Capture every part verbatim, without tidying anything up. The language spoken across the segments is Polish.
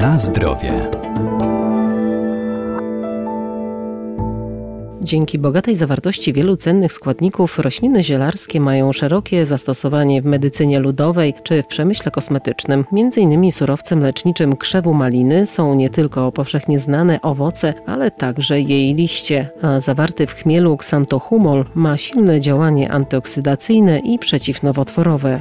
Na zdrowie. Dzięki bogatej zawartości wielu cennych składników rośliny zielarskie mają szerokie zastosowanie w medycynie ludowej czy w przemyśle kosmetycznym. Między innymi surowcem leczniczym krzewu maliny są nie tylko powszechnie znane owoce, ale także jej liście, a zawarty w chmielu ksanthohumol ma silne działanie antyoksydacyjne i przeciwnowotworowe.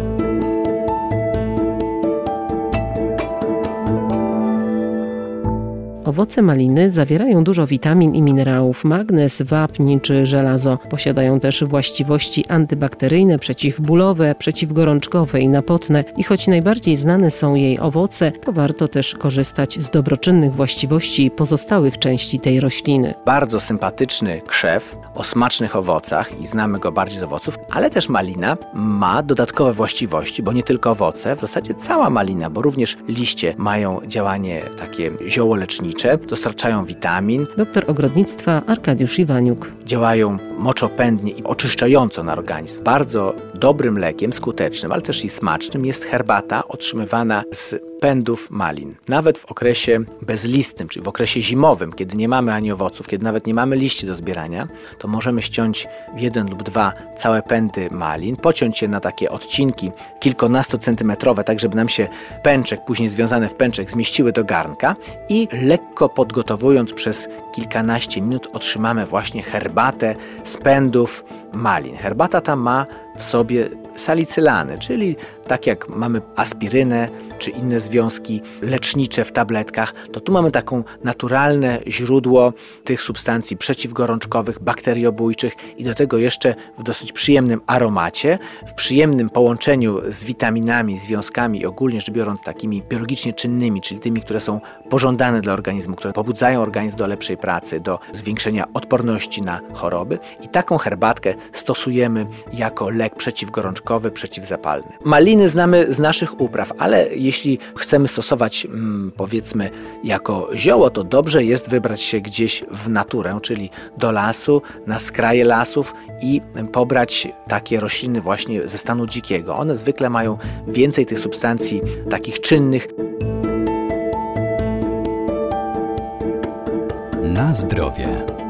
Owoce maliny zawierają dużo witamin i minerałów, magnez, wapń czy żelazo. Posiadają też właściwości antybakteryjne, przeciwbólowe, przeciwgorączkowe i napotne. I choć najbardziej znane są jej owoce, to warto też korzystać z dobroczynnych właściwości pozostałych części tej rośliny. Bardzo sympatyczny krzew o smacznych owocach i znamy go bardziej z owoców, ale też malina ma dodatkowe właściwości, bo nie tylko owoce, w zasadzie cała malina, bo również liście mają działanie takie ziołolecznicze, dostarczają witamin. Doktor ogrodnictwa Arkadiusz Iwaniuk. Działają moczopędnie i oczyszczająco na organizm. Bardzo dobrym lekiem, skutecznym, ale też i smacznym jest herbata otrzymywana z pędów malin. Nawet w okresie bezlistnym, czyli w okresie zimowym, kiedy nie mamy ani owoców, kiedy nawet nie mamy liści do zbierania, to możemy ściąć jeden lub dwa całe pędy malin, pociąć je na takie odcinki kilkunastocentymetrowe, tak żeby nam się pęczek, później związane w pęczek, zmieściły do garnka i lekko podgotowując przez kilkanaście minut otrzymamy właśnie herbatę z pędów malin. Herbata ta ma w sobie salicylany, czyli tak jak mamy aspirynę czy inne związki lecznicze w tabletkach, to tu mamy taką naturalne źródło tych substancji przeciwgorączkowych, bakteriobójczych i do tego jeszcze w dosyć przyjemnym aromacie, w przyjemnym połączeniu z witaminami, związkami i ogólnie rzecz biorąc takimi biologicznie czynnymi, czyli tymi, które są pożądane dla organizmu, które pobudzają organizm do lepszej pracy, do zwiększenia odporności na choroby i taką herbatkę stosujemy jako lek przeciwgorączkowy, przeciwzapalny. Maliny znamy z naszych upraw, ale jeśli chcemy stosować hmm, powiedzmy jako zioło, to dobrze jest wybrać się gdzieś w naturę, czyli do lasu, na skraje lasów i pobrać takie rośliny właśnie ze stanu dzikiego. One zwykle mają więcej tych substancji takich czynnych. Na zdrowie.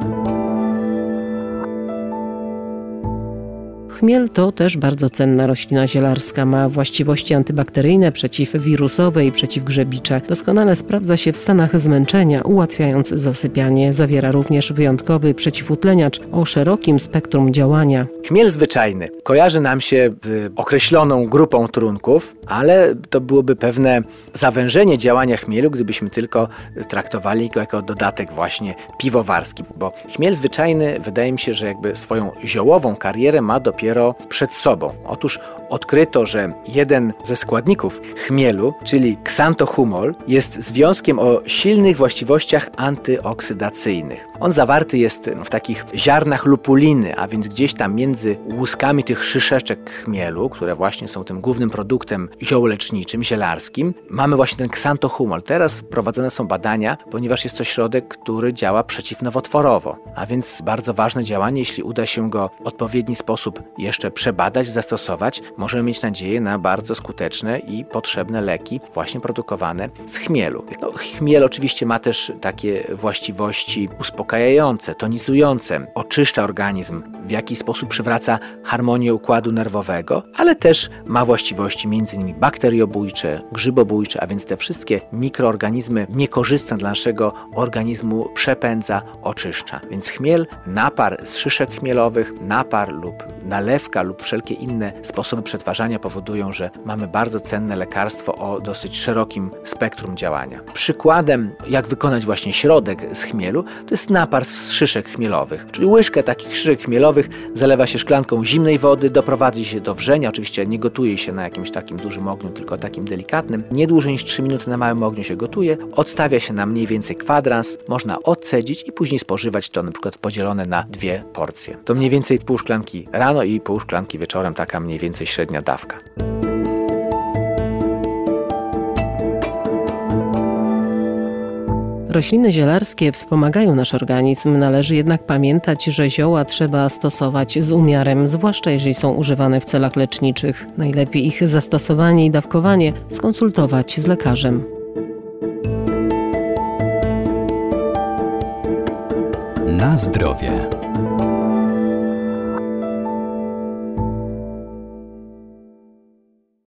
Chmiel to też bardzo cenna roślina zielarska. Ma właściwości antybakteryjne, przeciwwirusowe i przeciwgrzebicze. Doskonale sprawdza się w stanach zmęczenia, ułatwiając zasypianie. Zawiera również wyjątkowy przeciwutleniacz o szerokim spektrum działania. Chmiel zwyczajny kojarzy nam się z określoną grupą trunków, ale to byłoby pewne zawężenie działania chmielu, gdybyśmy tylko traktowali go jako dodatek właśnie piwowarski, bo chmiel zwyczajny wydaje mi się, że jakby swoją ziołową karierę ma dopiero przed sobą. Otóż odkryto, że jeden ze składników chmielu, czyli ksanthohumol, jest związkiem o silnych właściwościach antyoksydacyjnych. On zawarty jest w takich ziarnach lupuliny, a więc gdzieś tam między łuskami tych szyszeczek chmielu, które właśnie są tym głównym produktem ziołoleczniczym, zielarskim, mamy właśnie ten ksanthohumol. Teraz prowadzone są badania, ponieważ jest to środek, który działa przeciwnowotworowo, a więc bardzo ważne działanie, jeśli uda się go w odpowiedni sposób jeszcze przebadać, zastosować, możemy mieć nadzieję na bardzo skuteczne i potrzebne leki właśnie produkowane z chmielu. No, chmiel oczywiście ma też takie właściwości uspokajające, tonizujące, oczyszcza organizm, w jakiś sposób przywraca harmonię układu nerwowego, ale też ma właściwości m.in. bakteriobójcze, grzybobójcze, a więc te wszystkie mikroorganizmy niekorzystne dla naszego organizmu przepędza, oczyszcza. Więc chmiel, napar z szyszek chmielowych, napar lub nalewka lub wszelkie inne sposoby przetwarzania powodują, że mamy bardzo cenne lekarstwo o dosyć szerokim spektrum działania. Przykładem, jak wykonać właśnie środek z chmielu, to jest napar z szyszek chmielowych, czyli łyżkę takich szyszek chmielowych zalewa się szklanką zimnej wody, doprowadzi się do wrzenia, oczywiście nie gotuje się na jakimś takim dużym ogniu, tylko takim delikatnym. Nie dłużej niż trzy minuty na małym ogniu się gotuje, odstawia się na mniej więcej kwadrans, można odcedzić i później spożywać to na przykład podzielone na dwie porcje. To mniej więcej pół szklanki rano i pół szklanki wieczorem, taka mniej więcej średnia dawka. Rośliny zielarskie wspomagają nasz organizm, należy jednak pamiętać, że zioła trzeba stosować z umiarem, zwłaszcza jeżeli są używane w celach leczniczych. Najlepiej ich zastosowanie i dawkowanie skonsultować z lekarzem. Na zdrowie.